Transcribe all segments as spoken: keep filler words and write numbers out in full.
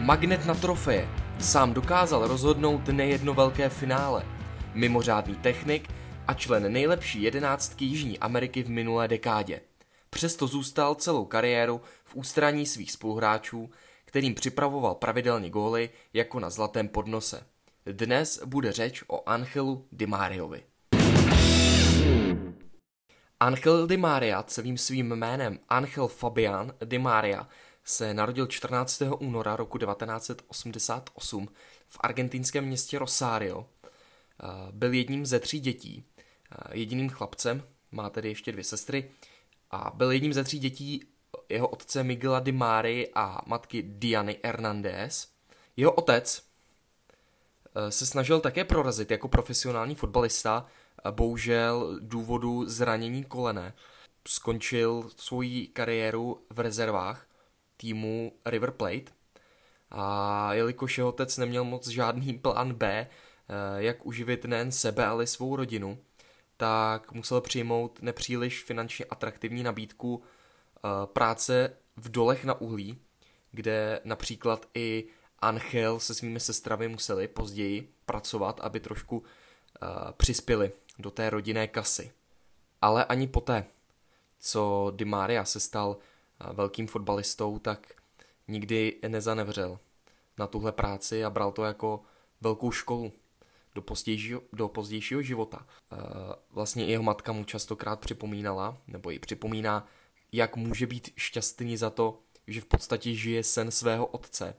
Magnet na trofeje. Sám dokázal rozhodnout nejedno velké finále. Mimořádný technik a člen nejlepší jedenáctky Jižní Ameriky v minulé dekádě. Přesto zůstal celou kariéru v ústraní svých spoluhráčů, kterým připravoval pravidelně góly jako na zlatém podnose. Dnes bude řeč o Angelu Di Mariovi. Angel Di Maria, celým svým jménem Angel Fabián Di Maria, se narodil čtrnáctého února roku devatenáct set osmdesát osm v argentinském městě Rosario. Byl jedním ze tří dětí, jediným chlapcem, má tedy ještě dvě sestry, a byl jedním ze tří dětí jeho otce Miguela Di Mari a matky Diany Hernández. Jeho otec se snažil také prorazit jako profesionální fotbalista, bohužel důvodu zranění kolene skončil svoji kariéru v rezervách týmu River Plate, a jelikož jeho otec neměl moc žádný plán B, jak uživit nejen sebe, ale i svou rodinu, tak musel přijmout nepříliš finančně atraktivní nabídku práce v dolech na uhlí, kde například i Angel se svými sestrami museli později pracovat, aby trošku přispěli do té rodinné kasy. Ale ani poté, co Di Maria se stal velkým fotbalistou, tak nikdy nezanevřel na tuhle práci a bral to jako velkou školu do pozdějšího, do pozdějšího života. Vlastně jeho matka mu častokrát připomínala, nebo ji připomíná, jak může být šťastný za to, že v podstatě žije sen svého otce.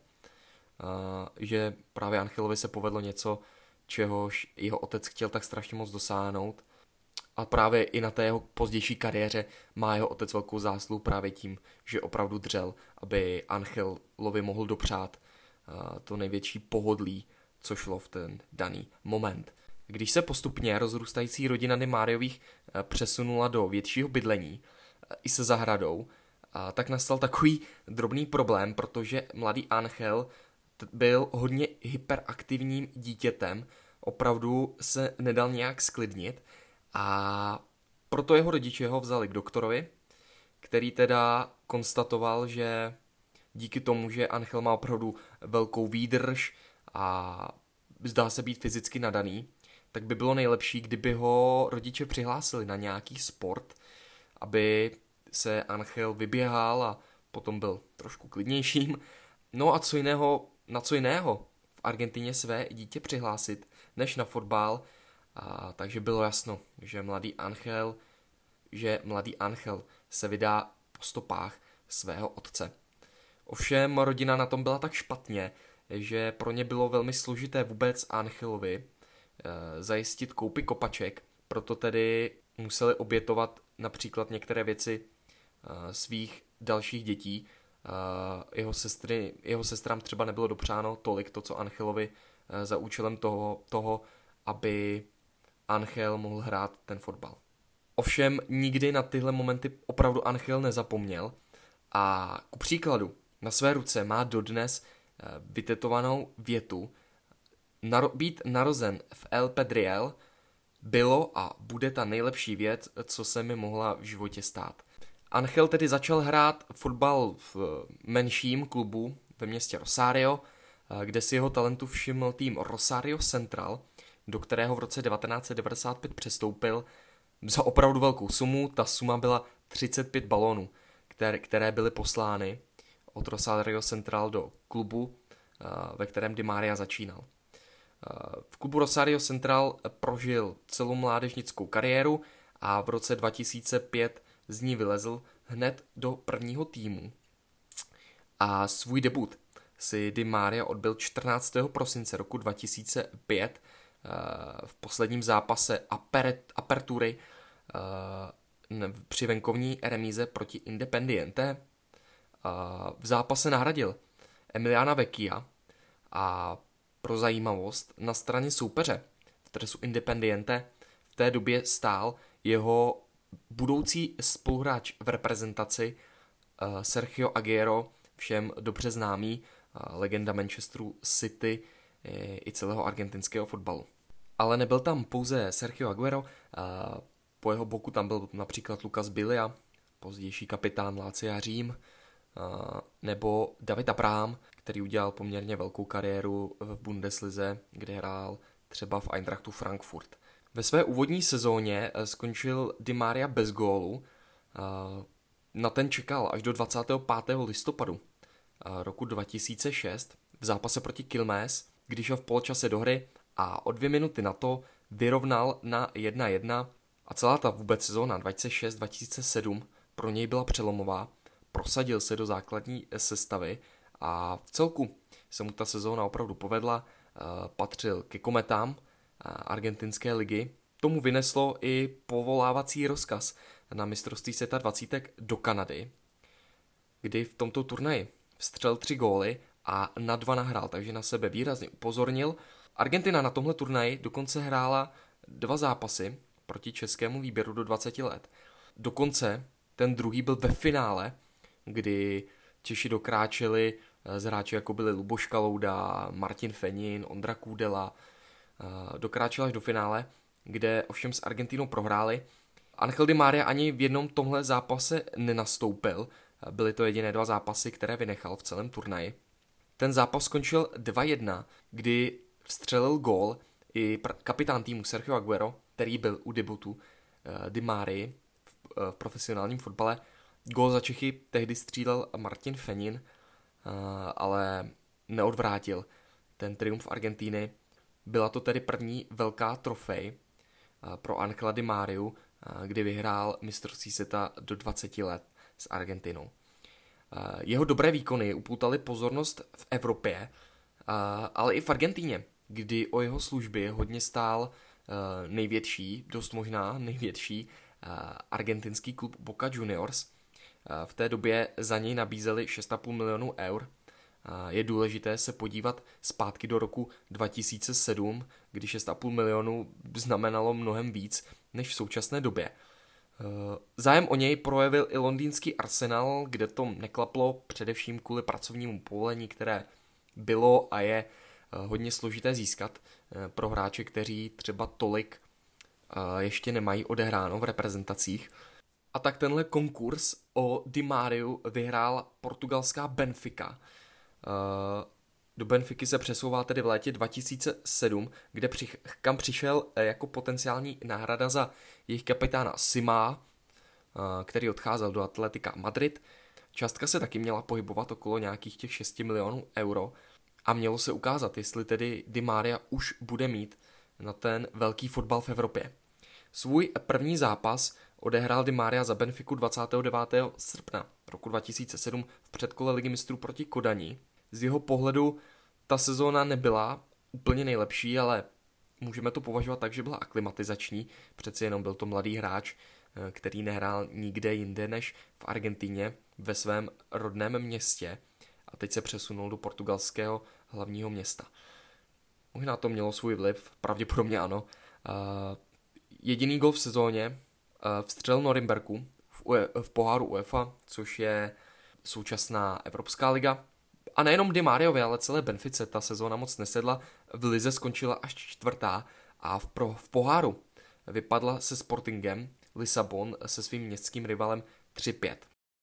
Že právě Angelovi se povedlo něco, čehož jeho otec chtěl tak strašně moc dosáhnout. A právě i na té jeho pozdější kariéře má jeho otec velkou zásluhu právě tím, že opravdu dřel, aby Angelovi mohl dopřát to největší pohodlí, co šlo v ten daný moment. Když se postupně rozrůstající rodina Di Mariových přesunula do většího bydlení i se zahradou, tak nastal takový drobný problém, protože mladý Angel byl hodně hyperaktivním dítětem, opravdu se nedal nějak sklidnit, a proto jeho rodiče ho vzali k doktorovi, který teda konstatoval, že díky tomu, že Angel má opravdu velkou výdrž a zdá se být fyzicky nadaný, tak by bylo nejlepší, kdyby ho rodiče přihlásili na nějaký sport, aby se Angel vyběhal a potom byl trošku klidnějším. No a co jiného, na co jiného v Argentině své dítě přihlásit, než na fotbal. A takže bylo jasno, že mladý Angel, že mladý Angel se vydá po stopách svého otce. Ovšem rodina na tom byla tak špatně, že pro ně bylo velmi složité vůbec Angelovi e, zajistit koupy kopaček, proto tedy museli obětovat například některé věci e, svých dalších dětí. E, jeho, sestry, jeho sestrám třeba nebylo dopřáno tolik to, co Angelovi e, za účelem toho, toho, aby Angel mohl hrát ten fotbal. Ovšem nikdy na tyhle momenty opravdu Angel nezapomněl a ku příkladu na své ruce má dodnes vytetovanou větu: Naro- být narozen v El Pedriel bylo a bude ta nejlepší věc, co se mi mohla v životě stát. Angel tedy začal hrát fotbal v menším klubu ve městě Rosario, kde si jeho talentu všiml tým Rosario Central, do kterého v roce devatenáct set devadesát pět přestoupil za opravdu velkou sumu. Ta suma byla třicet pět balónů, které, které byly poslány od Rosario Central do klubu, ve kterém Di Maria začínal. V klubu Rosario Central prožil celou mládežnickou kariéru a v roce dva tisíce pět z ní vylezl hned do prvního týmu. A svůj debut si Di Maria odbyl čtrnáctého prosince roku dva tisíce pět v posledním zápase apertury při venkovní remíze proti Independiente. V zápase nahradil Emiliana Vecchia a pro zajímavost na straně soupeře v dresu Independiente v té době stál jeho budoucí spoluhráč v reprezentaci Sergio Aguero, všem dobře známý, legenda Manchesteru City i celého argentinského fotbalu. Ale nebyl tam pouze Sergio Aguero, po jeho boku tam byl například Lucas Biglia, pozdější kapitán Lazia Řím, nebo David Abraham, který udělal poměrně velkou kariéru v Bundeslize, kde hrál třeba v Eintrachtu Frankfurt. Ve své úvodní sezóně skončil Di Maria bez gólu. Na ten čekal až do dvacátého pátého listopadu roku dva tisíce šest v zápase proti Quilmes, když šel v poločase do hry a o dvě minuty na to vyrovnal na jedna jedna a celá ta vůbec sezóna dva tisíce šest dva tisíce sedm pro něj byla přelomová. Prosadil se do základní sestavy a v celku se mu ta sezóna opravdu povedla, patřil ke kometám argentinské ligy. Tomu vyneslo i povolávací rozkaz na mistrovství světa dvacítek do Kanady, kdy v tomto turnaji vstřelil tři góly a na dva nahrál, takže na sebe výrazně upozornil. Argentina na tomhle turnaji dokonce hrála dva zápasy proti českému výběru do dvaceti let. Dokonce ten druhý byl ve finále, kdy Češi dokráčeli z hráči jako byli Luboš Kalouda, Martin Fenin, Ondra Kůdela, dokráčeli až do finále, kde ovšem s Argentinou prohráli. Ángel Di Maria ani v jednom tomhle zápase nenastoupil, byly to jediné dva zápasy, které vynechal v celém turnaji. Ten zápas skončil dva jedna, kdy vstřelil gól i kapitán týmu Sergio Aguero, který byl u debutu Di Marii v profesionálním fotbale. Gól za Čechy tehdy střílel Martin Fenin, ale neodvrátil ten triumf Argentíny. Byla to tedy první velká trofej pro Ángela Di Mariu, kdy vyhrál mistrovství světa do dvaceti let s Argentinou. Jeho dobré výkony upoutaly pozornost v Evropě, ale i v Argentíně, kdy o jeho služby hodně stál největší, dost možná největší argentinský klub Boca Juniors. V té době za něj nabízeli šest a půl milionu eur. Je důležité se podívat zpátky do roku dva tisíce sedm, kdy šest a půl milionu znamenalo mnohem víc než v současné době. Zájem o něj projevil i londýnský Arsenal, kde to neklaplo především kvůli pracovnímu povolení, které bylo a je hodně složité získat pro hráče, kteří třeba tolik ještě nemají odehráno v reprezentacích. A tak tenhle konkurs o Di Mariu vyhrál portugalská Benfica. Do Benfiky se přesouval tedy v létě dva tisíce sedm, kde při, kam přišel jako potenciální náhrada za jejich kapitána Sima, který odcházel do Atletica Madrid. Částka se taky měla pohybovat okolo nějakých těch šesti milionů euro a mělo se ukázat, jestli tedy Di Maria už bude mít na ten velký fotbal v Evropě. Svůj první zápas odehrál Di Maria za Benfiku dvacátého devátého srpna roku dva tisíce sedm v předkole Ligy mistrů proti Kodani. Z jeho pohledu ta sezóna nebyla úplně nejlepší, ale můžeme to považovat tak, že byla aklimatizační. Přeci jenom byl to mladý hráč, který nehrál nikde jinde než v Argentíně, ve svém rodném městě a teď se přesunul do portugalského hlavního města. Možná to mělo svůj vliv, pravděpodobně ano. Jediný gol v sezóně vstřelil Norimberku v, UE, v poháru UEFA, což je současná Evropská liga. A nejenom Di Mariovi, ale celé Benfice ta sezóna moc nesedla. V lize skončila až čtvrtá a v, pro, v poháru vypadla se Sportingem Lisabon se svým městským rivalem tři pět.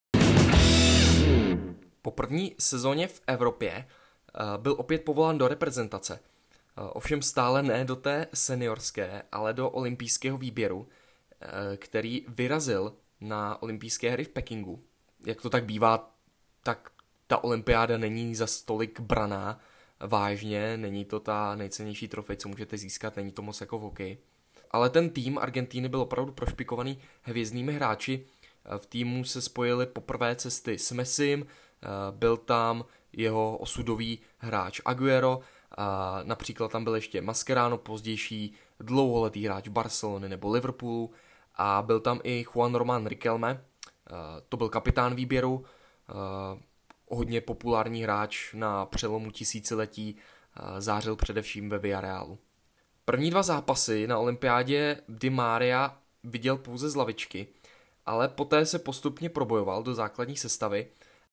Po první sezóně v Evropě byl opět povolán do reprezentace. Ovšem stále ne do té seniorské, ale do olympijského výběru, který vyrazil na olympijské hry v Pekingu. Jak to tak bývá, tak ta olympiáda není za tolik braná vážně, není to ta nejcennější trofej, co můžete získat, není to moc jako v hokeji. Ale ten tým Argentíny byl opravdu prošpikovaný hvězdnými hráči. V týmu se spojily poprvé cesty s Messim, byl tam jeho osudový hráč Aguero, a například tam byl ještě Mascherano, pozdější dlouholetý hráč Barcelony nebo Liverpoolu, a byl tam i Juan Román Riquelme, to byl kapitán výběru, hodně populární hráč na přelomu tisíciletí, zářil především ve Villarealu. První dva zápasy na olympiádě Di Maria viděl pouze z lavičky, ale poté se postupně probojoval do základní sestavy.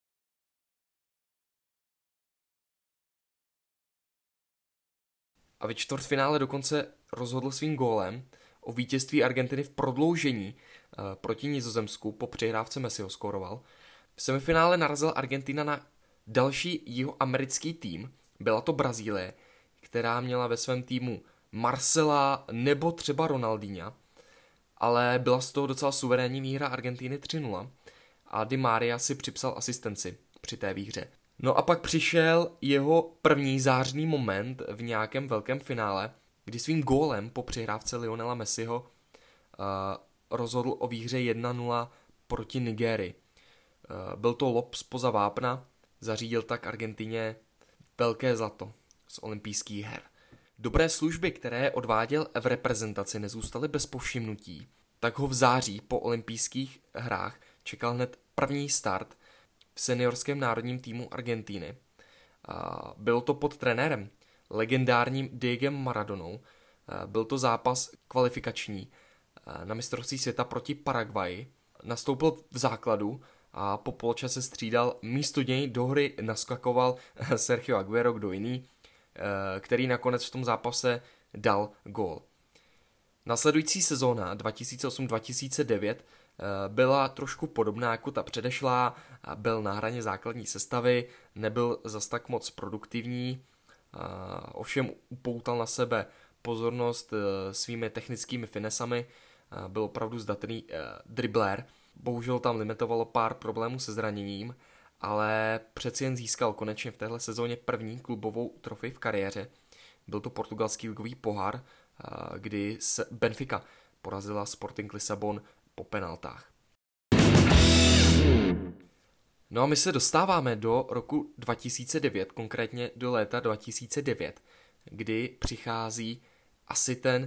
A ve čtvrtfinále dokonce rozhodl svým gólem o vítězství Argentiny v prodloužení proti Nizozemsku, po přihrávce Messiho skóroval. V semifinále narazila Argentina na Další jihoamerický tým byla to Brazílie, která měla ve svém týmu Marcela nebo třeba Ronaldinha, ale byla z toho docela suverénní výhra Argentiny tři nula a Di Maria si připsal asistenci při té výhře. No a pak přišel jeho první zářný moment v nějakém velkém finále, kdy svým gólem po přihrávce Lionela Messiho uh, rozhodl o výhře jedna nula proti Nigérii. Uh, byl to lob zpoza vápna, zařídil tak Argentině velké zlato z olympijských her. Dobré služby, které odváděl v reprezentaci, nezůstaly bez povšimnutí, tak ho v září po olympijských hrách čekal hned první start v seniorském národním týmu Argentiny. Bylo to pod trenérem, legendárním Diegem Maradonou. Byl to zápas kvalifikační na mistrovství světa proti Paraguayi. Nastoupil v základu a po poločase střídal, místo něj do hry naskakoval Sergio Aguero, kdo jiný, který nakonec v tom zápase dal gól. Nasledující sezóna dva tisíce osm dva tisíce devět byla trošku podobná jako ta předešlá, byl na hraně základní sestavy, nebyl zas tak moc produktivní, ovšem upoutal na sebe pozornost svými technickými finesami, byl opravdu zdatný driblér, bohužel tam limitovalo pár problémů se zraněním, ale přeci jen získal konečně v téhle sezóně první klubovou trofej v kariéře. Byl to portugalský ligový pohár, kdy se Benfica porazila Sporting Lisabon po penaltách. No a my se dostáváme do roku dva tisíce devět, konkrétně do léta dva tisíce devět, kdy přichází asi ten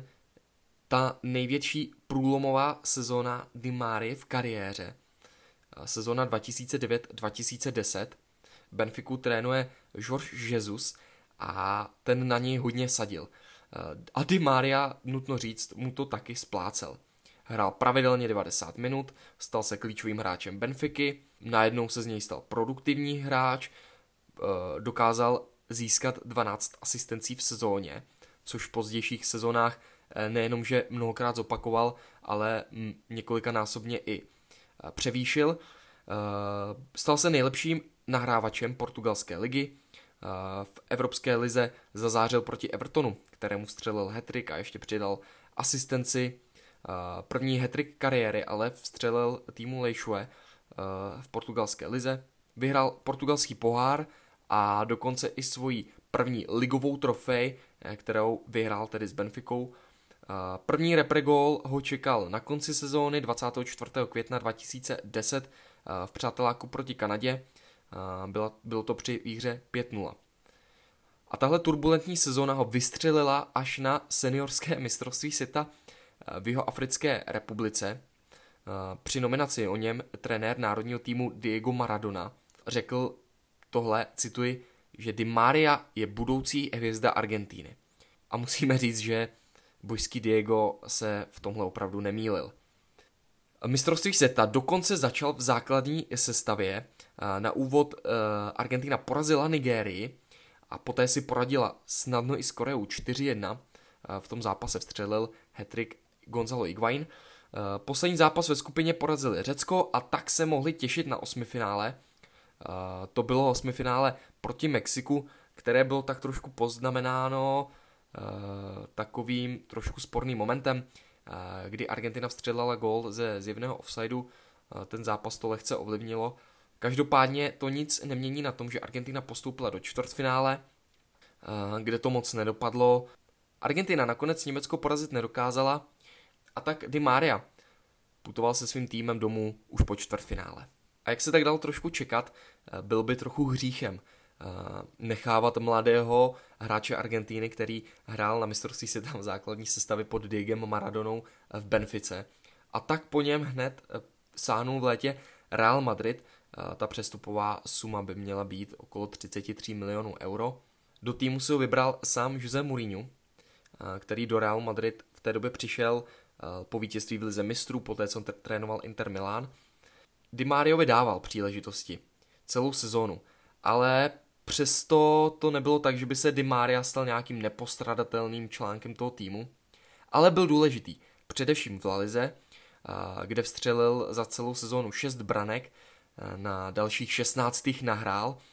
ta největší průlomová sezóna Di Marie v kariéře. Sezóna dva tisíce devět dva tisíce deset. Benfiku trénuje Jorge Jesus a ten na něj hodně sadil. A Di Maria, nutno říct, mu to taky splácel. Hrál pravidelně devadesát minut, stal se klíčovým hráčem Benfiky, najednou se z něj stal produktivní hráč, dokázal získat dvanáct asistencí v sezóně, což v pozdějších sezónách nejenom, že mnohokrát zopakoval, ale několikanásobně i převýšil. Stal se nejlepším nahrávačem portugalské ligy. V Evropské lize zazářil proti Evertonu, kterému vstřelil hat-trick a ještě přidal asistenci. První hat-trick kariéry ale vstřelil týmu Leixue v portugalské lize. Vyhrál portugalský pohár a dokonce i svoji první ligovou trofej, kterou vyhrál tedy s Benficou. První repregól ho čekal na konci sezóny dvacátého čtvrtého května dva tisíce deset v přáteláku proti Kanadě. Bylo, bylo to při výhře pět nula. A tahle turbulentní sezóna ho vystřelila až na seniorské mistrovství světa v Jihoafrické republice. Při nominaci o něm trenér národního týmu Diego Maradona řekl tohle, cituji, že Di Maria je budoucí hvězda Argentiny. A musíme říct, že božský Diego se v tomhle opravdu nemýlil. Mistrovství světa dokonce začal v základní sestavě. Na úvod Argentina porazila Nigérii a poté si poradila snadno i s Koreou čtyři jedna. V tom zápase vstřelil hat-trick Gonzalo Higuaín. Poslední zápas ve skupině porazili Řecko a tak se mohli těšit na osmifinále. To bylo osmifinále proti Mexiku, které bylo tak trošku poznamenáno takovým trošku sporným momentem, kdy Argentina vstřelila gól ze zjevného offsideu. Ten zápas to lehce ovlivnilo. Každopádně to nic nemění na tom, že Argentina postoupila do čtvrtfinále, kde to moc nedopadlo. Argentina nakonec Německo porazit nedokázala a tak Di Maria putoval se svým týmem domů už po čtvrtfinále. A jak se tak dalo trošku čekat, byl by trochu hříchem nechávat mladého hráče Argentiny, který hrál na mistrovství světa v základní sestavě pod Diegem Maradonou v Benfice. A tak po něm hned sáhnul v létě Real Madrid. Ta přestupová suma by měla být okolo třicet tři milionů euro. Do týmu si ho vybral sám José Mourinho, který do Real Madrid v té době přišel po vítězství v lize mistrů, poté co trénoval Inter Milán. Di Mariovi dával příležitosti celou sezónu, ale přesto to nebylo tak, že by se Di Maria stal nějakým nepostradatelným článkem toho týmu, ale byl důležitý, především v La Lize, kde vstřelil za celou sezónu šest branek, na dalších šestnáctých nahrál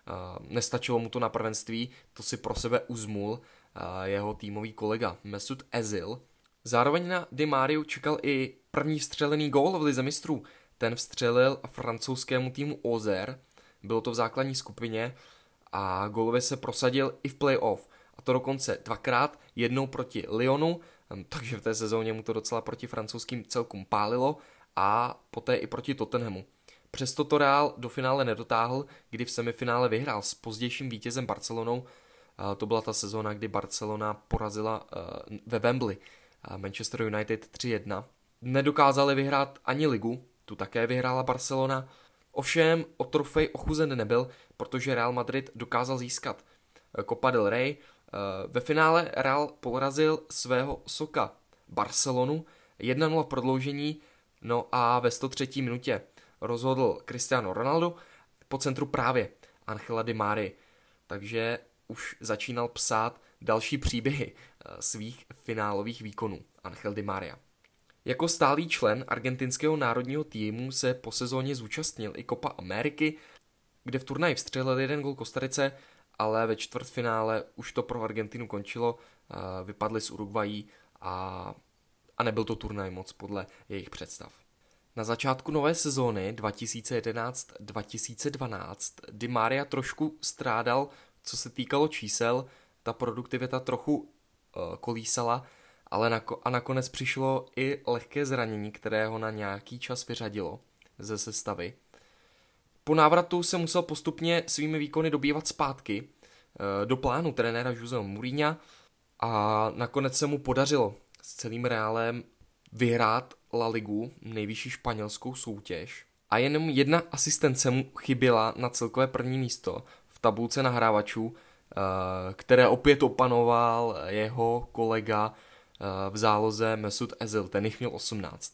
Nestačilo mu to na prvenství, to si pro sebe uzmul jeho týmový kolega Mesut Özil. Zároveň na Di Mariu čekal i první vstřelený gól v lize mistrů. Ten vstřelil francouzskému týmu Auxerre, bylo to v základní skupině a gólově se prosadil i v playoff. A to dokonce dvakrát, jednou proti Lyonu, takže v té sezóně mu to docela proti francouzským celkům pálilo a poté i proti Tottenhamu. Přesto to Real do finále nedotáhl, kdy v semifinále vyhrál s pozdějším vítězem Barcelonou. To byla ta sezóna, kdy Barcelona porazila ve Wembley Manchester United tři jedna. Nedokázali vyhrát ani ligu, tu také vyhrála Barcelona. Ovšem o trofej ochuzen nebyl, protože Real Madrid dokázal získat Copa del Rey. Ve finále Real porazil svého soka Barcelonu jedna nula v prodloužení, no a ve sto třetí minutě rozhodl Cristiano Ronaldo po centru právě Angela Di Marii. Takže už začínal psát další příběhy svých finálových výkonů Angel Di Maria. Jako stálý člen argentinského národního týmu se po sezóně zúčastnil i Copa Ameriky, kde v turnaji vstřelil jeden gol Kostarice, ale ve čtvrtfinále už to pro Argentinu končilo, vypadli z Uruguayí a, a nebyl to turnaj moc podle jejich představ. Na začátku nové sezóny dva tisíce jedenáct dva tisíce dvanáct Di Maria trošku strádal, co se týkalo čísel, ta produktivita trochu uh, kolísala, ale nako- a nakonec přišlo i lehké zranění, které ho na nějaký čas vyřadilo ze sestavy. Po návratu se musel postupně svými výkony dobývat zpátky uh, do plánu trenéra Jose Mourinha a nakonec se mu podařilo s celým Realem vyhrát La Ligu, nejvyšší španělskou soutěž. A jenom jedna asistence mu chyběla na celkové první místo v tabulce nahrávačů, které opět opanoval jeho kolega v záloze Mesut Özil, ten jich měl osmnáct.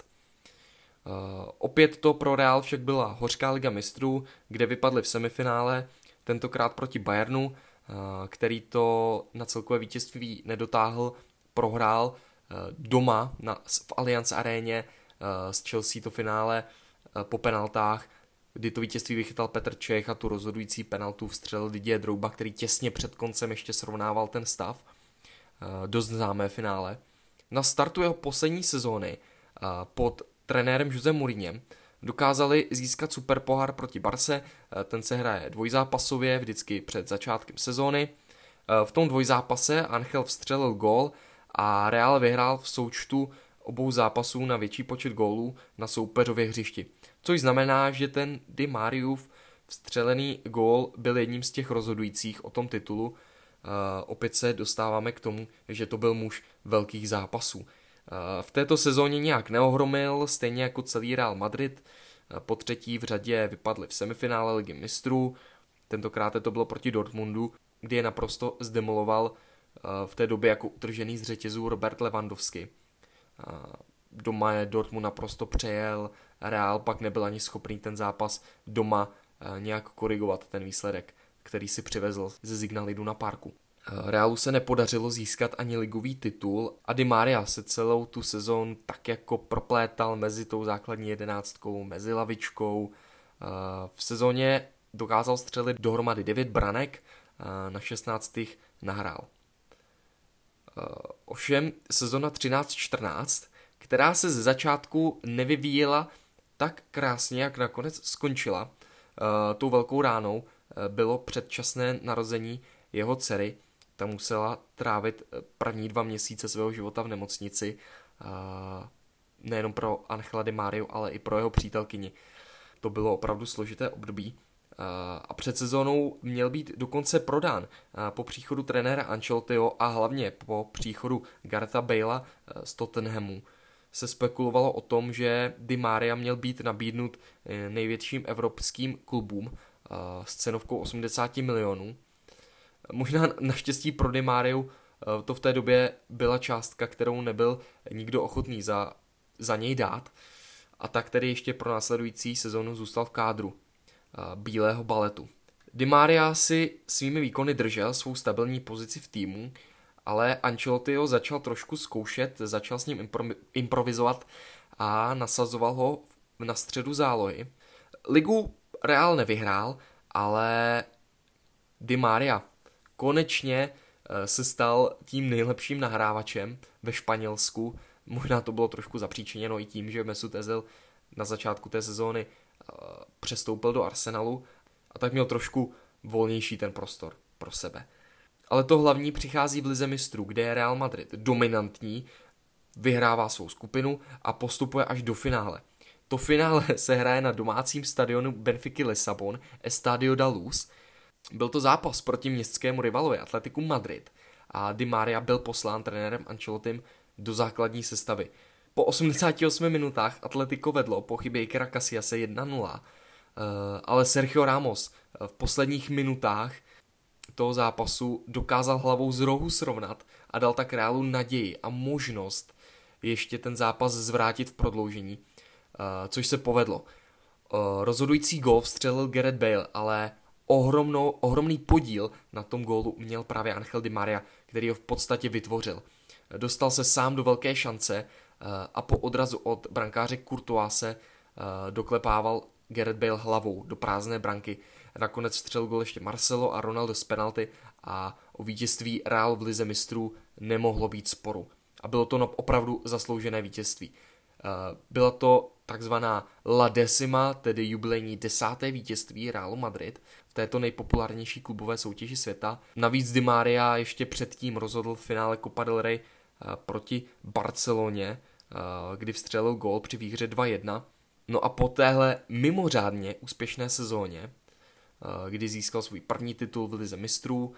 Opět to pro Real však byla hořká liga mistrů, kde vypadli v semifinále, tentokrát proti Bayernu, který to na celkové vítězství nedotáhl, prohrál doma na, v Allianz aréně s Chelsea to finále po penaltách, kdy to vítězství vychytal Petr Čech a tu rozhodující penaltu vstřelil Didier Drogba, který těsně před koncem ještě srovnával ten stav. Dost známé finále. Na startu jeho poslední sezóny pod trenérem Josem Mourinhem dokázali získat superpohár proti Barse, ten se hraje dvojzápasově vždycky před začátkem sezóny. V tom dvojzápase Angel vstřelil gól a Real vyhrál v součtu obou zápasů na větší počet gólů na soupeřově hřišti. Což znamená, že ten Di Mariův vstřelený gól byl jedním z těch rozhodujících o tom titulu. Uh, opět se dostáváme k tomu, že to byl muž velkých zápasů. Uh, v této sezóně nějak neohromil, stejně jako celý Real Madrid. Uh, po třetí v řadě vypadli v semifinále Ligy mistrů. Tentokrát to bylo proti Dortmundu, kdy je naprosto zdemoloval uh, v té době jako utržený z řetězů Robert Lewandowski. Uh, doma je Dortmund naprosto přejel, Real pak nebyl ani schopný ten zápas doma uh, nějak korigovat ten výsledek, který si přivezl ze Signal Iduna Parku. Uh, Realu se nepodařilo získat ani ligový titul a Di Maria se celou tu sezónu tak jako proplétal mezi tou základní jedenáctkou, mezi lavičkou. Uh, v sezóně dokázal střelit dohromady devět branek, uh, na šestnáctých nahrál. Uh, ovšem sezona třináct čtrnáct, která se ze začátku nevyvíjela tak krásně, jak nakonec skončila, uh, tou velkou ránou uh, bylo předčasné narození jeho dcery. Ta musela trávit první dva měsíce svého života v nemocnici, uh, nejenom pro Angela Di Mariu, ale i pro jeho přítelkyni. To bylo opravdu složité období. A před sezónou měl být dokonce prodán. Po příchodu trenéra Ancelottiho a hlavně po příchodu Gareta Balea z Tottenhamu se spekulovalo o tom, že Di Maria měl být nabídnut největším evropským klubům s cenovkou osmdesát milionů. Možná naštěstí pro Di Mariu to v té době byla částka, kterou nebyl nikdo ochotný za, za něj dát, a tak tedy ještě pro následující sezónu zůstal v kádru bílého baletu. Di Maria si svými výkony držel svou stabilní pozici v týmu, ale Ancelotti ho začal trošku zkoušet, začal s ním impro- improvizovat a nasazoval ho na středu zálohy. Ligu Real nevyhrál, ale Di Maria konečně se stal tím nejlepším nahrávačem ve Španělsku. Možná to bylo trošku zapříčiněno i tím, že Mesut Özil na začátku té sezóny přestoupil do Arsenalu a tak měl trošku volnější ten prostor pro sebe. Ale to hlavní přichází v Lize mistrů, kde je Real Madrid dominantní, vyhrává svou skupinu a postupuje až do finále. To finále se hraje na domácím stadionu Benfiky Lisabon, Estadio da Luz. Byl to zápas proti městskému rivalovi Atletiku Madrid a Di Maria byl poslán trenérem Ancelottim do základní sestavy. Po osmdesáti osmi minutách Atletico vedlo po chybě Ikera Casillase jedna nula, ale Sergio Ramos v posledních minutách toho zápasu dokázal hlavou z rohu srovnat a dal tak Realu naději a možnost ještě ten zápas zvrátit v prodloužení, což se povedlo. Rozhodující gól vstřelil Gareth Bale, ale ohromnou, ohromný podíl na tom gólu měl právě Angel Di Maria, který ho v podstatě vytvořil. Dostal se sám do velké šance a po odrazu od brankáře Courtoise doklepával Gareth Bale hlavou do prázdné branky. Nakonec vstřelil gól ještě Marcelo a Ronaldo z penalty a o vítězství Real v Lize mistrů nemohlo být sporu. A bylo to opravdu zasloužené vítězství. Byla to takzvaná La Decima, tedy jubilejní desáté vítězství Realu Madrid v této nejpopulárnější klubové soutěži světa. Navíc Di Maria ještě předtím rozhodl v finále Copa del Rey proti Barceloně, kdy vstřelil gól při výhře dva jedna. No a po téhle mimořádně úspěšné sezóně, kdy získal svůj první titul v Lize mistrů,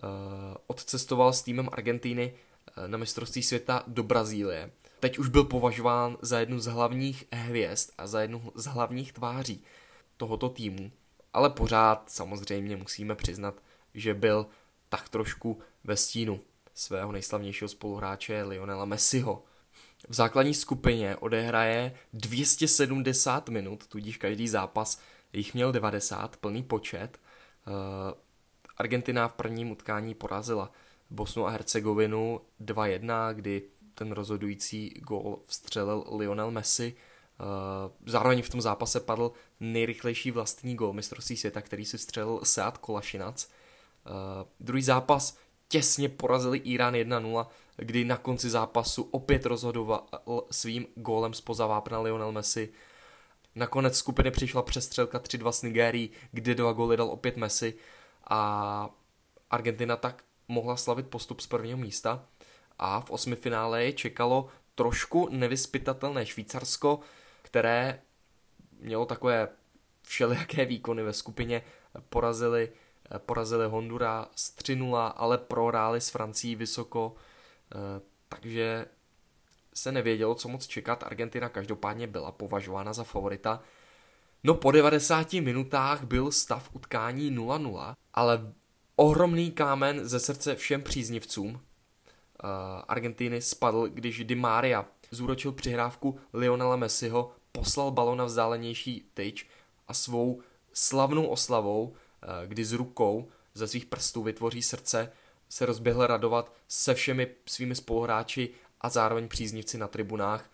odcestoval s týmem Argentiny na mistrovství světa do Brazílie. Teď už byl považován za jednu z hlavních hvězd a za jednu z hlavních tváří tohoto týmu, ale pořád samozřejmě musíme přiznat, že byl tak trošku ve stínu svého nejslavnějšího spoluhráče Lionela Messiho. V základní skupině odehraje dvě stě sedmdesát minut, tudíž každý zápas jich měl devadesát, plný počet. Argentina v prvním utkání porazila Bosnu a Hercegovinu dva jedna, kdy ten rozhodující gól vstřelil Lionel Messi. Zároveň v tom zápase padl nejrychlejší vlastní gól mistrovství světa, který si vstřelil Sead Kolasinac. Druhý zápas těsně porazili Irán jedna nula, kdy na konci zápasu opět rozhodoval svým gólem zpoza vápna Lionel Messi. Nakonec skupiny přišla přestřelka tři dva s Nigérií, kde dva góly dal opět Messi a Argentina tak mohla slavit postup z prvního místa. A v osmifinále je čekalo trošku nevyzpytatelné Švýcarsko, které mělo takové všelijaké výkony ve skupině, porazili, porazili Honduras tři nula, ale prohráli s Francií vysoko, takže se nevědělo, co moc čekat. Argentina každopádně byla považována za favorita. No po devadesáti minutách byl stav utkání nula nula, ale ohromný kámen ze srdce všem příznivcům Argentiny spadl, když Di Maria zúročil přihrávku Lionela Messiho, poslal balon na vzdálenější tyč a svou slavnou oslavou, kdy s rukou ze svých prstů vytvoří srdce, se rozběhl radovat se všemi svými spoluhráči a zároveň příznivci na tribunách.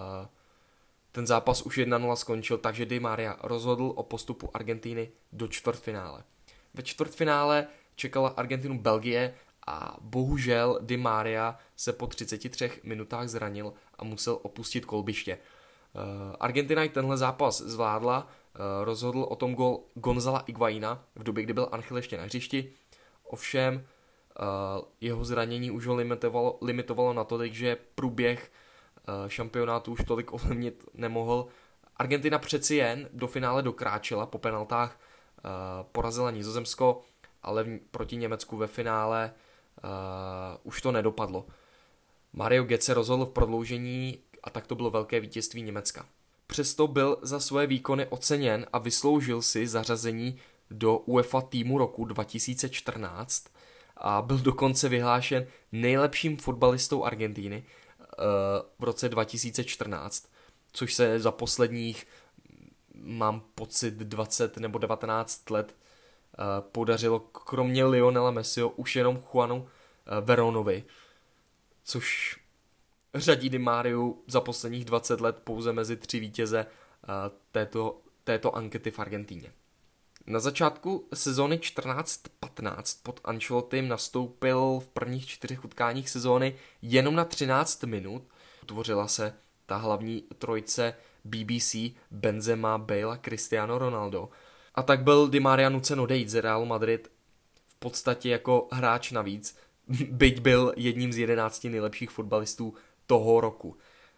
Ten zápas už jedna nula skončil, takže Di Maria rozhodl o postupu Argentiny do čtvrtfinále. Ve čtvrtfinále čekala Argentinu Belgie a bohužel Di Maria se po třiceti třech minutách zranil a musel opustit kolbiště. Argentina i tenhle zápas zvládla, rozhodl o tom gól Gonzala Higuaína v době, kdy byl Angel ještě na hřišti. Ovšem jeho zranění už ho limitovalo, limitovalo natolik, že průběh šampionátu už tolik ovlivnit nemohl. Argentina přeci jen do finále dokráčela, po penaltách porazila Nizozemsko, ale proti Německu ve finále uh, už to nedopadlo. Mario Götze rozhodl v prodloužení a tak to bylo velké vítězství Německa. Přesto byl za své výkony oceněn a vysloužil si zařazení do UEFA týmu roku dva tisíce čtrnáct a byl dokonce vyhlášen nejlepším fotbalistou Argentiny uh, v roce dva tisíce čtrnáct, což se za posledních, mám pocit, dvacet nebo devatenáct let podařilo kromě Lionela Messiho už jenom Juanu Veronovi, což řadí Di Mariu za posledních dvacet let pouze mezi tři vítěze této, této ankety v Argentíně. Na začátku sezóny čtrnáct patnáct pod Ancelottim nastoupil v prvních čtyřech utkáních sezóny jenom na třináct minut. Utvořila se ta hlavní trojice B B C, Benzema, Bale a Cristiano Ronaldo. A tak byl Di Maria nucen odejít z Realu Madrid v podstatě jako hráč navíc, byť byl jedním z jedenácti nejlepších fotbalistů toho roku.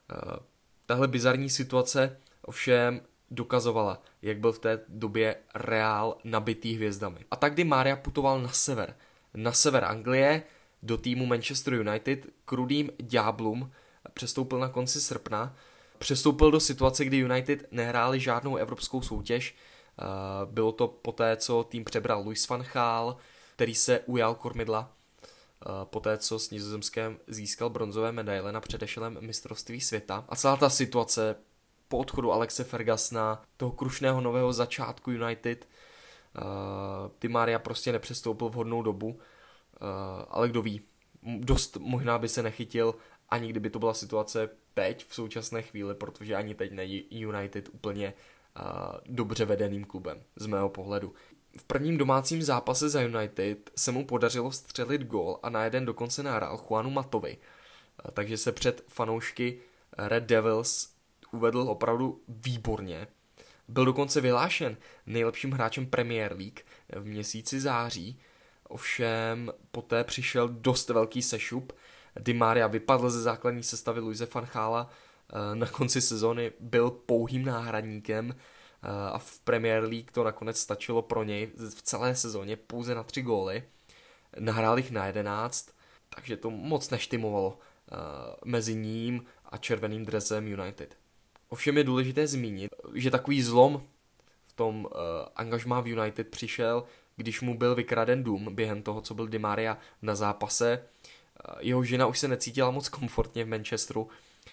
Tahle bizarní situace ovšem dokazovala, jak byl v té době Real nabitý hvězdami. A tak Di Maria putoval na sever. Na sever Anglie, do týmu Manchester United, k rudým ďáblům, přestoupil na konci srpna. Přestoupil do situace, kdy United nehráli žádnou evropskou soutěž. Bylo to poté, co tým přebral Louis van Gaal, který se ujal kormidla poté, co s Nizozemskem získal bronzové medaile na předešlém mistrovství světa. A celá ta situace po odchodu Alexe Fergusona, toho krušného nového začátku United, uh, Di Maria prostě nepřestoupil v hodnou dobu, uh, ale kdo ví, dost možná by se nechytil, ani kdyby to byla situace teď, v současné chvíli, protože ani teď není United úplně uh, dobře vedeným klubem, z mého pohledu. V prvním domácím zápase za United se mu podařilo vstřelit gól a na jeden dokonce nahrál Juanu Matovi, uh, takže se před fanoušky Red Devils uvedl opravdu výborně. Byl dokonce vyhlášen nejlepším hráčem Premier League v měsíci září, ovšem poté přišel dost velký sešup. Di Maria vypadl ze základní sestavy Luise van Gaala, na konci sezony byl pouhým náhradníkem a v Premier League to nakonec stačilo pro něj v celé sezóně pouze na tři góly. Nahrál jich na jedenáct, takže to moc neštimovalo mezi ním a červeným dresem United. Ovšem je důležité zmínit, že takový zlom v tom uh, angažmá v United přišel, když mu byl vykraden dům během toho, co byl Di Maria na zápase. Uh, jeho žena už se necítila moc komfortně v Manchesteru. Uh,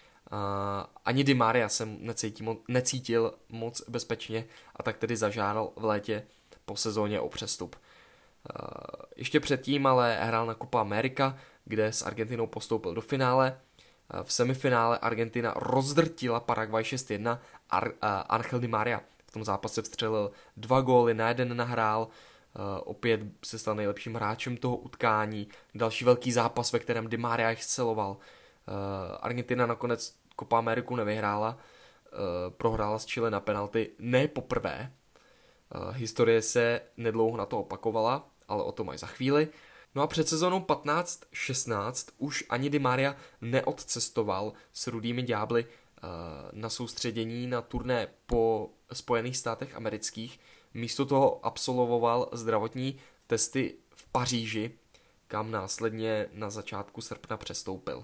ani Di Maria se necítil, necítil moc bezpečně a tak tedy zažádal v létě po sezóně o přestup. Uh, ještě předtím ale hrál na Copa America, kde s Argentinou postoupil do finále. V semifinále Argentina rozdrtila Paraguay šest jedna a Angel Di Maria v tom zápase vstřelil dva góly, na jeden nahrál, opět se stal nejlepším hráčem toho utkání. Další velký zápas, ve kterém Di Maria exceloval. Argentina nakonec Copa Ameriku nevyhrála, prohrála s Chile na penalty, ne poprvé. Historie se nedlouho na to opakovala, ale o tom až za chvíli. No a před sezónou patnáct šestnáct už ani Di Maria neodcestoval s rudými ďábly na soustředění na turné po Spojených státech amerických. Místo toho absolvoval zdravotní testy v Paříži, kam následně na začátku srpna přestoupil.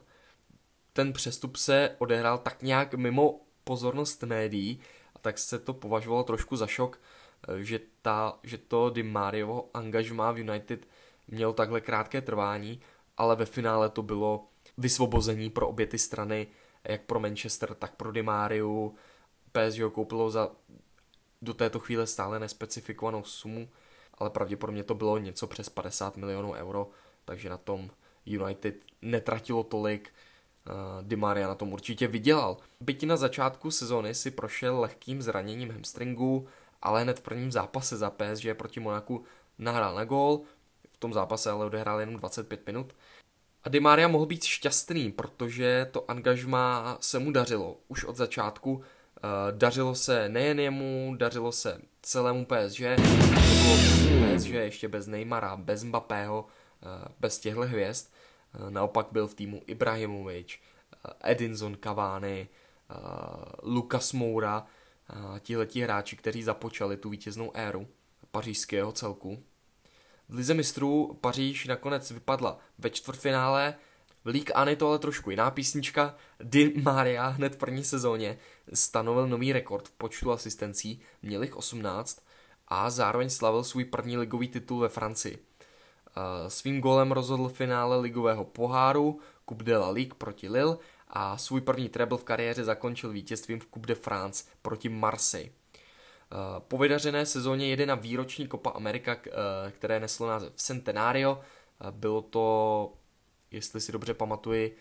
Ten přestup se odehrál tak nějak mimo pozornost médií, a tak se to považovalo trošku za šok, že, ta, že to Di Mariovo angažmá v United měl takhle krátké trvání, ale ve finále to bylo vysvobození pro obě ty strany, jak pro Manchester, tak pro Di Mariu. P S G ho koupilo za do této chvíle stále nespecifikovanou sumu, ale pravděpodobně to bylo něco přes padesát milionů euro, takže na tom United netratilo tolik. Di Maria na tom určitě vydělal. Byť na začátku sezony si prošel lehkým zraněním hamstringu, ale hned v prvním zápase za P S G proti Monaku nahrál na gól. V tom zápase ale odehrál jenom dvacet pět minut. A Di Maria mohl být šťastný, protože to angažmá se mu dařilo. Už od začátku uh, dařilo se nejen jemu, dařilo se celému P S G. To bylo P S G ještě bez Neymara, bez Mbappého, uh, bez těchto hvězd. Uh, naopak byl v týmu Ibrahimovič, uh, Edinson Cavani, uh, Lucas Moura, uh, tihleti hráči, kteří započali tu vítěznou éru pařížského celku. V lize mistrů Paříž nakonec vypadla ve čtvrtfinále. V Ligue jedna je to ale trošku jiná písnička. Di Maria hned v první sezóně stanovil nový rekord v počtu asistencí, měl jich osmnáct a zároveň slavil svůj první ligový titul ve Francii. Svým gólem rozhodl finále ligového poháru Coupe de la Ligue proti Lille a svůj první treble v kariéře zakončil vítězstvím v Coupe de France proti Marseille. Po vydařené sezóně jede na výroční Copa America, které neslo název Centenario. Bylo to, jestli si dobře pamatuji,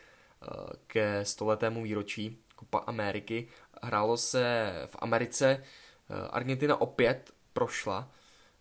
ke stoletému výročí Copa Ameriky. Hrálo se v Americe. Argentina opět prošla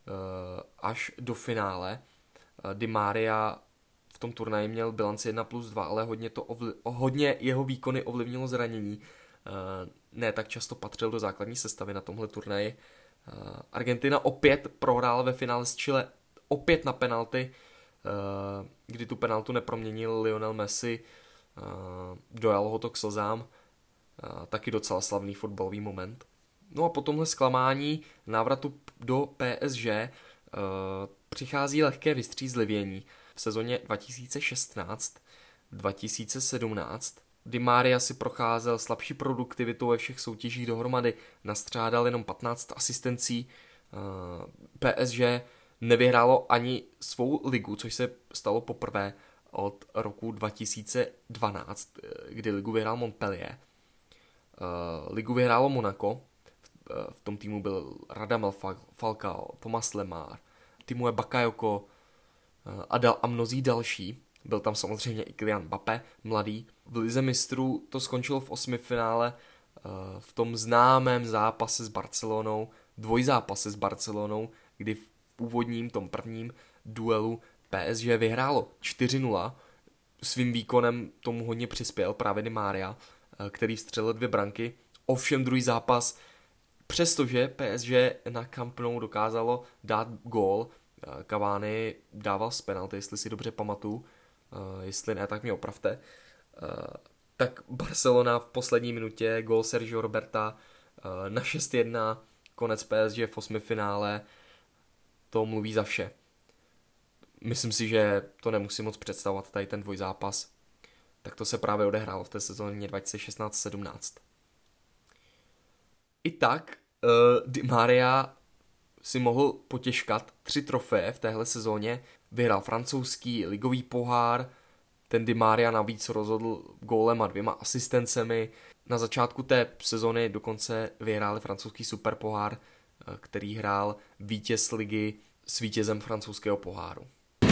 až do finále. Di Maria v tom turnaji měl bilanci jedna plus dva, ale hodně, to ovli- hodně jeho výkony ovlivnilo zranění. Ne tak často patřil do základní sestavy na tomhle turnaji. Argentina opět prohrála ve finále s Chile, opět na penalty, kdy tu penaltu neproměnil Lionel Messi, dojalo ho to k slzám, taky docela slavný fotbalový moment. No a po tomhle zklamání návratu do P S G přichází lehké vystřízlivění. V sezóně dva tisíce šestnáct dva tisíce sedmnáct Di Maria si procházel slabší produktivitou ve všech soutěžích dohromady, nastřádal jenom patnáct asistencí. P S G nevyhrálo ani svou ligu, což se stalo poprvé od roku dva tisíce dvanáct, kdy ligu vyhrál Montpellier. Ligu vyhrálo Monaco, v tom týmu byl Radamel Falcao, Thomas Lemar, Timur Bakayoko a, dal, a mnozí další. Byl tam samozřejmě i Kylian Mbappé, mladý. V lize mistrů to skončilo v osmifinále v tom známém zápase s Barcelonou, dvojzápase s Barcelonou, kdy v původním, tom prvním duelu P S G vyhrálo čtyři nula. Svým výkonem tomu hodně přispěl právě Di Maria, který vstřelil dvě branky. Ovšem druhý zápas, přestože P S G na Camp Nou dokázalo dát gól, Cavani dával z penalty, jestli si dobře pamatuju, jestli ne, tak mě opravte, tak Barcelona v poslední minutě, gól Sergio Roberta na šest jedna, konec P S G v osmifinále, to mluví za vše. Myslím si, že to nemusím moc představovat, tady ten dvojzápas. Tak to se právě odehrálo v té sezóně dva tisíce šestnáct sedmnáct. I tak uh, Di Maria si mohl potěškat tři trofeje v téhle sezóně. Vyhrál francouzský ligový pohár, ten Di Maria navíc rozhodl gólem a dvěma asistencemi. Na začátku té sezóny dokonce vyhráli francouzský superpohár, který hrál vítěz ligy s vítězem francouzského poháru.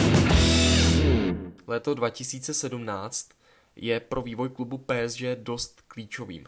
Léto dva tisíce sedmnáct je pro vývoj klubu P S G dost klíčovým.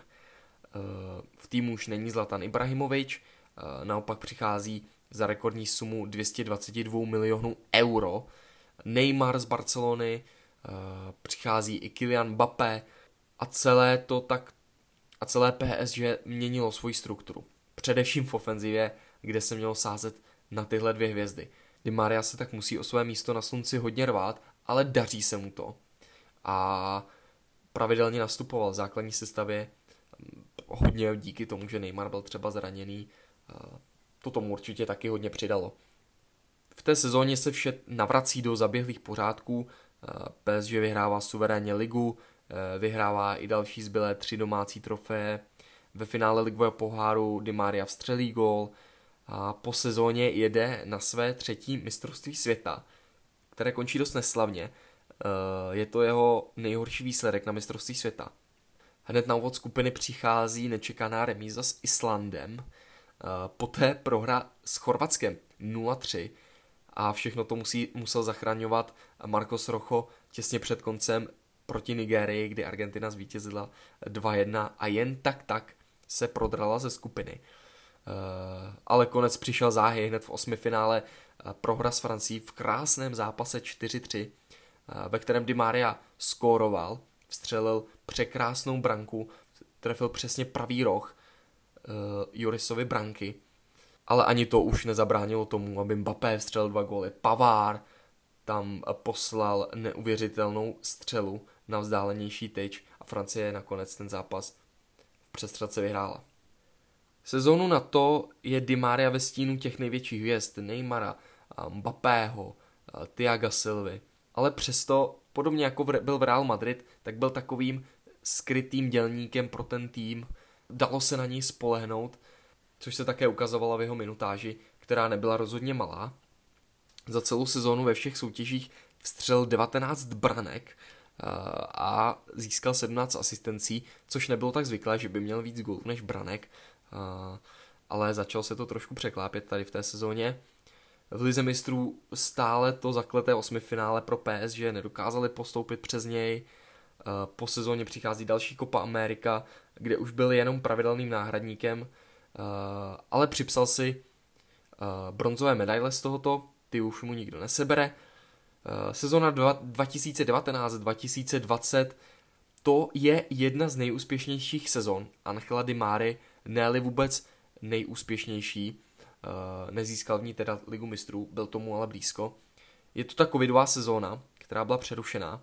V týmu už není Zlatan Ibrahimovič, naopak přichází za rekordní sumu dvě stě dvacet dva milionů euro. Neymar z Barcelony, přichází i Kylian Mbappé a celé to tak a celé P S G měnilo svoji strukturu. Především v ofenzivě, kde se mělo sázet na tyhle dvě hvězdy. Di Maria se tak musí o své místo na slunci hodně rvát, ale daří se mu to. A pravidelně nastupoval v základní sestavě, hodně díky tomu, že Neymar byl třeba zraněný. To tomu určitě taky hodně přidalo. V té sezóně se vše navrací do zaběhlých pořádků. P S G vyhrává suverénně ligu, vyhrává i další zbylé tři domácí trofeje. Ve finále ligového poháru Di Maria vstřelí gól a po sezóně jede na své třetí mistrovství světa, které končí dost neslavně. Je to jeho nejhorší výsledek na mistrovství světa. Hned na úvod skupiny přichází nečekaná remíza s Islandem, poté prohra s Chorvatskem nula tři a všechno to musí, musel zachraňovat Marcos Rojo těsně před koncem proti Nigérii, kdy Argentina zvítězila dva jedna a jen tak tak se prodrala ze skupiny. Ale konec přišel záhy, hned v osmifinále prohra s Francií v krásném zápase čtyři tři, ve kterém Di Maria skóroval, vstřelil překrásnou branku, trefil přesně pravý roh uh, Jurisovi branky, ale ani to už nezabránilo tomu, aby Mbappé vstřelil dva góly. Pavard tam poslal neuvěřitelnou střelu na vzdálenější tyč a Francie nakonec ten zápas v přestřelce vyhrála. Sezónu na to je Di Maria ve stínu těch největších hvězd, Neymara, Mbappého, Thiaga Silvy, ale přesto, podobně jako byl v Real Madrid, tak byl takovým skrytým dělníkem pro ten tým. Dalo se na něj spolehnout, což se také ukazovalo v jeho minutáži, která nebyla rozhodně malá. Za celou sezónu ve všech soutěžích vstřelil devatenáct branek a získal sedmnáct asistencí, což nebylo tak zvyklé, že by měl víc gólů než branek, ale začalo se to trošku překlápět tady v té sezóně. V lize mistrů stále to zakleté osmifinále pro P S G nedokázali postoupit přes něj. Po sezóně přichází další Copa America, kde už byl jenom pravidelným náhradníkem, ale připsal si bronzové medaile z tohoto, ty už mu nikdo nesebere. Sezona dva tisíce devatenáct dva tisíce dvacet to je jedna z nejúspěšnějších sezon Angela Di Marii, ne-li vůbec nejúspěšnější. Nezískal v ní teda Ligu mistrů, byl tomu ale blízko. Je to ta covidová sezóna, která byla přerušená.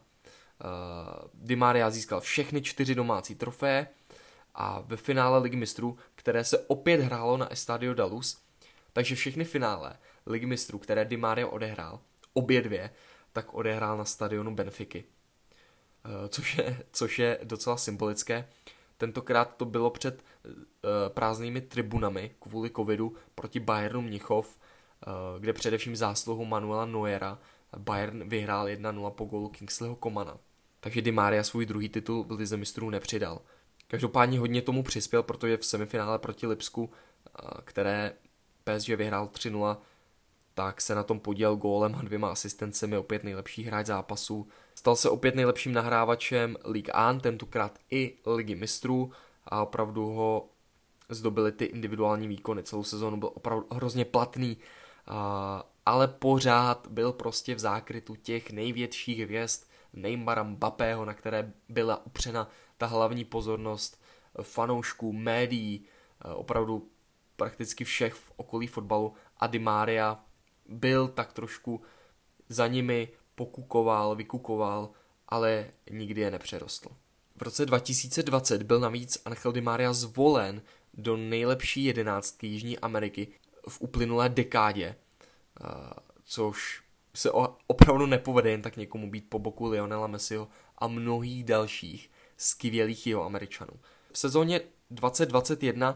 Di Maria získal všechny čtyři domácí trofeje a ve finále Ligy mistrů, které se opět hrálo na Estadio da Luz, takže všechny finále Ligy mistrů, které Di Maria odehrál, obě dvě, tak odehrál na stadionu Benfiky. Což je, což je docela symbolické. Tentokrát to bylo před uh, prázdnými tribunami kvůli covidu proti Bayernu Mnichov, uh, kde především zásluhou Manuela Neuera Bayern vyhrál jedna nula po gólu Kingsleyho Comana. Takže Di Maria svůj druhý titul v lize mistrů nepřidal. Každopádně hodně tomu přispěl, protože v semifinále proti Lipsku, uh, které P S G vyhrál tři nula, tak se na tom podílel gólem a dvěma asistencemi, opět nejlepší hráč zápasu. Stal se opět nejlepším nahrávačem Ligue jedna, tentokrát i Ligy mistrů a opravdu ho zdobily ty individuální výkony. Celou sezónu byl opravdu hrozně platný, ale pořád byl prostě v zákrytu těch největších hvězd Neymara, Mbappého, na které byla upřena ta hlavní pozornost fanoušků, médií, opravdu prakticky všech v okolí fotbalu, a Di Maria byl tak trošku za nimi, pokukoval, vykukoval, ale nikdy je nepřerostl. V roce dva tisíce dvacet byl navíc Angel Di Maria zvolen do nejlepší jedenáctky Jižní Ameriky v uplynulé dekádě, což se opravdu nepovede jen tak někomu být po boku Lionela Messiho a mnohých dalších skvělých jeho Američanů. V sezóně dvacet dvacet jedna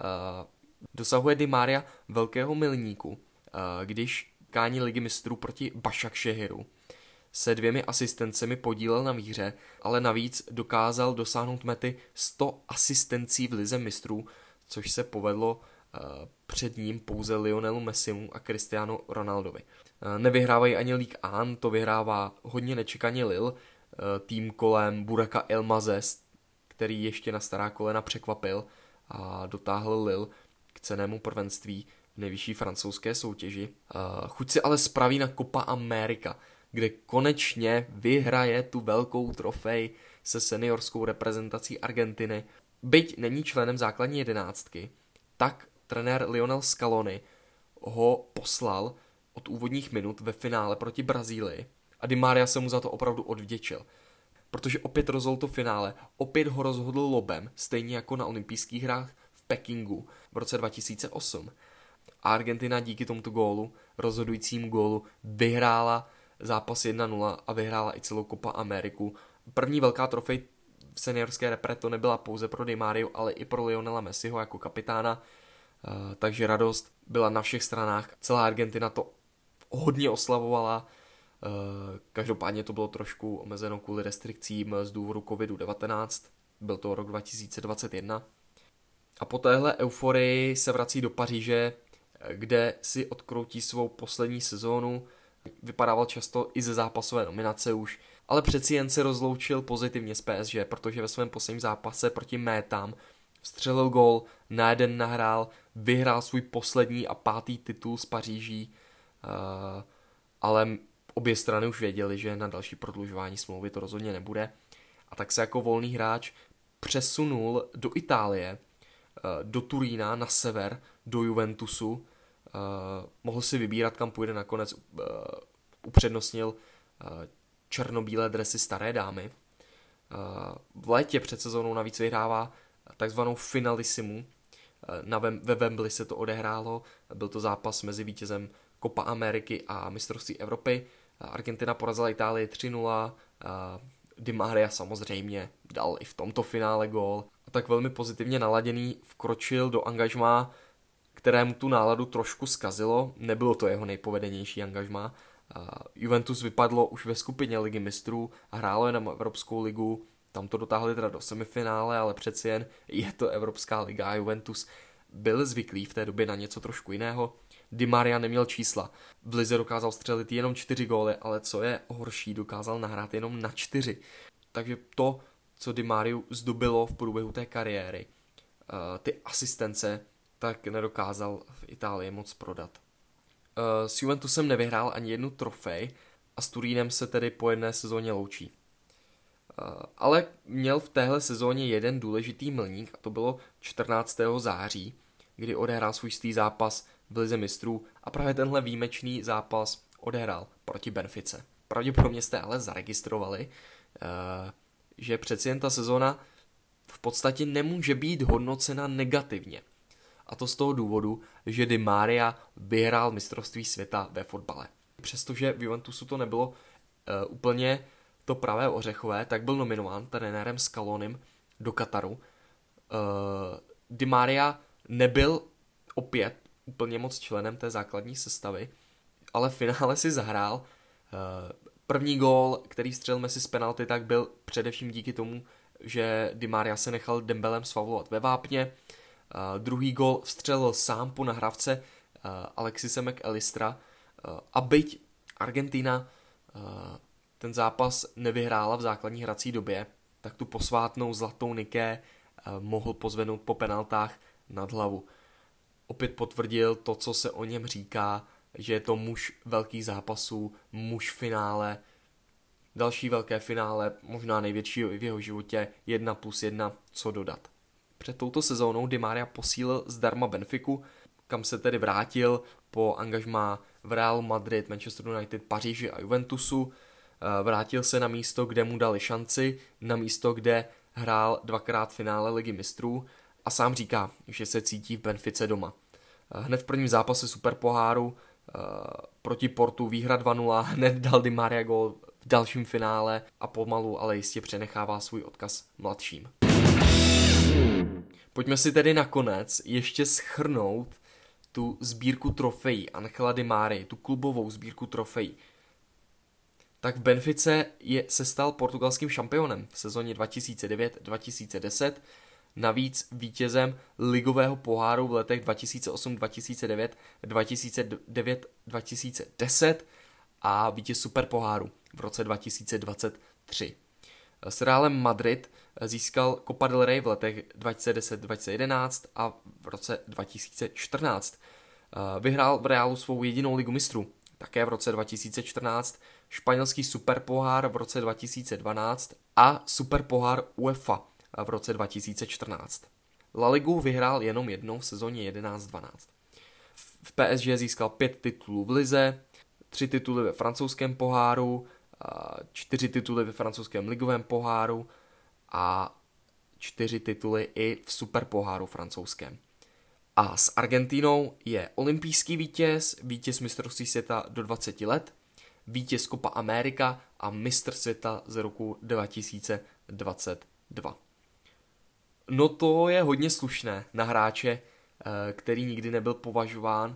dosahuje Di Maria velkého milníku, když kání Ligy mistrů proti Başakşehiru se dvěmi asistencemi podílel na výhře, ale navíc dokázal dosáhnout mety sto asistencí v Lize mistrů, což se povedlo před ním pouze Lionelu Messimu a Cristiano Ronaldovi. Nevyhrávají ani Ligue jedna, to vyhrává hodně nečekaně Lille, tým kolem Buraka Elmaze, který ještě na stará kolena překvapil a dotáhl Lille k cennému prvenství v nejvyšší francouzské soutěži. Chuť si ale spraví na Copa America, kde konečně vyhraje tu velkou trofej se seniorskou reprezentací Argentiny. Byť není členem základní jedenáctky, tak trenér Lionel Scaloni ho poslal od úvodních minut ve finále proti Brazílii a Di Maria se mu za to opravdu odvděčil. Protože opět rozhodl to finále, opět ho rozhodl lobem, stejně jako na olympijských hrách v Pekingu v roce dva tisíce osm. A Argentina díky tomuto gólu, rozhodujícímu gólu, vyhrála zápas jedna nula a vyhrála i celou Copa Ameriku. První velká trofej v seniorské repre to nebyla pouze pro Di Mariu, ale i pro Lionela Messiho jako kapitána. Takže radost byla na všech stranách. Celá Argentina to hodně oslavovala. Každopádně to bylo trošku omezeno kvůli restrikcím z důvodu covid devatenáct. Byl to rok dva tisíce dvacet jedna. A po téhle euforii se vrací do Paříže, kde si odkroutí svou poslední sezónu. Vypadával často i ze zápasové nominace už, ale přeci jen se rozloučil pozitivně s P S G, protože ve svém posledním zápase proti Métám vstřelil gól, na jeden nahrál, vyhrál svůj poslední a pátý titul z Paříží, ale obě strany už věděli, že na další prodlužování smlouvy to rozhodně nebude. A tak se jako volný hráč přesunul do Itálie, do Turína na sever, do Juventusu. Uh, mohl si vybírat, kam půjde, nakonec uh, upřednostnil uh, černobílé dresy staré dámy. Uh, v létě před sezónou navíc vyhrává takzvanou finalissimu. Uh, na Wem- ve Wembley se to odehrálo, byl to zápas mezi vítězem Copa Ameriky a mistrovství Evropy. Uh, Argentina porazila Itálii tři nula, uh, Di Maria samozřejmě dal i v tomto finále gól. A tak velmi pozitivně naladěný vkročil do angažmá, kterému tu náladu trošku zkazilo. Nebylo to jeho nejpovedenější angažmá. Juventus vypadlo už ve skupině Ligy mistrů a hrálo jenom Evropskou ligu. Tam to dotáhli teda do semifinále, ale přeci jen je to Evropská liga a Juventus byl zvyklý v té době na něco trošku jiného. Di Maria neměl čísla. V lize dokázal střelit jenom čtyři góly, ale co je horší, dokázal nahrát jenom na čtyři. Takže to, co Di Mariu zdobilo v průběhu té kariéry, ty asistence, tak nedokázal v Itálii moc prodat. S Juventusem nevyhrál ani jednu trofej a s Turínem se tedy po jedné sezóně loučí. Ale měl v téhle sezóně jeden důležitý milník a to bylo čtrnáctého září, kdy odehrál svůj stý zápas v Lize mistrů a právě tenhle výjimečný zápas odehrál proti Benfice. Pravděpodobně jste ale zaregistrovali, že přeci jen ta sezóna v podstatě nemůže být hodnocena negativně. A to z toho důvodu, že Di Maria vyhrál mistrovství světa ve fotbale. Přestože v Juventusu to nebylo uh, úplně to pravé ořechové, tak byl nominován trenérem Scalonim do Kataru. Uh, Di Maria nebyl opět úplně moc členem té základní sestavy, ale v finále si zahrál. Uh, první gól, který střelil Messi z penalty, tak byl především díky tomu, že Di Maria se nechal Dembelem sfavlovat ve vápně. Uh, druhý gól vstřelil sám po nahrávce uh, Alexise McAllistera uh, a byť Argentina uh, ten zápas nevyhrála v základní hrací době, tak tu posvátnou zlatou Niké uh, mohl pozvednout po penaltách nad hlavu. Opět potvrdil to, co se o něm říká, že je to muž velkých zápasů, muž finále, další velké finále, možná největší v jeho životě, jedna plus jedna, co dodat. Před touto sezónou Di Maria posílil zdarma Benfiku, kam se tedy vrátil po angažmá v Realu Madrid, Manchester United, Paříži a Juventusu. Vrátil se na místo, kde mu dali šanci, na místo, kde hrál dvakrát finále Ligy mistrů a sám říká, že se cítí v Benfice doma. Hned v prvním zápase superpoháru proti Portu výhra dva nula, hned dal Di Maria gól v dalším finále a pomalu, ale jistě přenechává svůj odkaz mladším. Pojďme si tedy nakonec ještě shrnout tu sbírku trofejí Angela Di Marii, tu klubovou sbírku trofejí. Tak v Benfice je, se stal portugalským šampionem v sezóně dva tisíce devět dva tisíce deset, navíc vítězem ligového poháru v letech dva tisíce osm dva tisíce devět, dva tisíce devět dva tisíce deset a vítěz superpoháru v roce dva tisíce dvacet tři. S Realem Madrid získal Copa del Rey v letech dva tisíce deset dva tisíce jedenáct a v roce dva tisíce čtrnáct. Vyhrál v Realu svou jedinou ligu mistrů, také v roce dva tisíce čtrnáct, španělský superpohár v roce dva tisíce dvanáct a superpohár UEFA v roce dva tisíce čtrnáct. La Ligu vyhrál jenom jednou v sezóně jedenáct dvanáct. V P S G získal pět titulů v lize, tři tituly ve francouzském poháru, čtyři tituly ve francouzském ligovém poháru a čtyři tituly i v superpoháru francouzském. A s Argentínou je olympijský vítěz, vítěz mistrovství světa do dvaceti let, vítěz Copa America a mistr světa z roku dva tisíce dvacet dva. No to je hodně slušné na hráče, který nikdy nebyl považován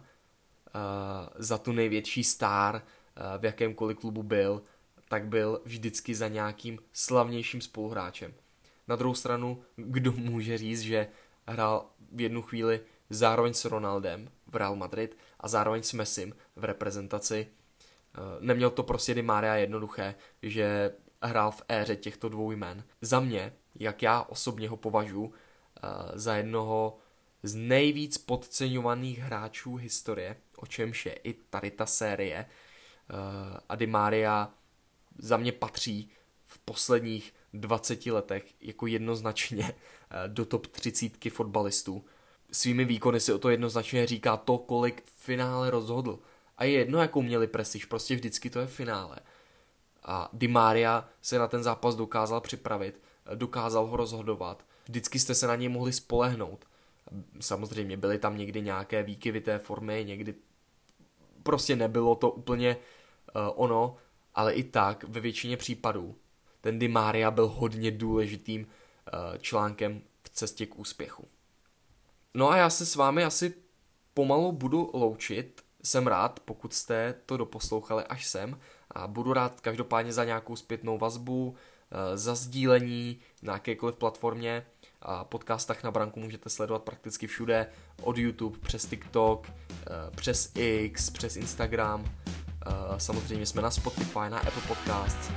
za tu největší star, v jakémkoliv klubu byl, tak byl vždycky za nějakým slavnějším spoluhráčem. Na druhou stranu, kdo může říct, že hrál v jednu chvíli zároveň s Ronaldem v Real Madrid a zároveň s Messim v reprezentaci. Neměl to prostě Di Maria jednoduché, že hrál v éře těchto dvou jmen. Za mě, jak já osobně ho považuji za jednoho z nejvíc podceňovaných hráčů historie, o čemž je i tady ta série, a Di Maria za mě patří v posledních dvaceti letech jako jednoznačně do top třicítky fotbalistů. Svými výkony si o to jednoznačně říká to, kolik v finále rozhodl. A je jedno, jakou měli prestiž, prostě vždycky to je finále. A Di Maria se na ten zápas dokázal připravit, dokázal ho rozhodovat. Vždycky jste se na něj mohli spolehnout. Samozřejmě byly tam někdy nějaké výkyvy té formy, někdy prostě nebylo to úplně uh, ono, ale i tak ve většině případů ten Di Maria byl hodně důležitým uh, článkem v cestě k úspěchu. No a já se s vámi asi pomalu budu loučit. Jsem rád, pokud jste to doposlouchali až sem a budu rád každopádně za nějakou zpětnou vazbu, za sdílení na jakékoliv platformě. A podcast Tak na branku můžete sledovat prakticky všude, od YouTube přes TikTok, přes X, přes Instagram. Samozřejmě jsme na Spotify, na Apple Podcasts,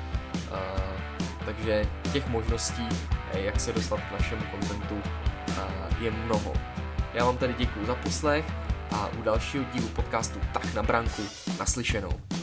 takže těch možností, jak se dostat k našemu kontentu, je mnoho. Já vám tady děkuju za poslech a u dalšího dílu podcastu Tah na branku naslyšenou.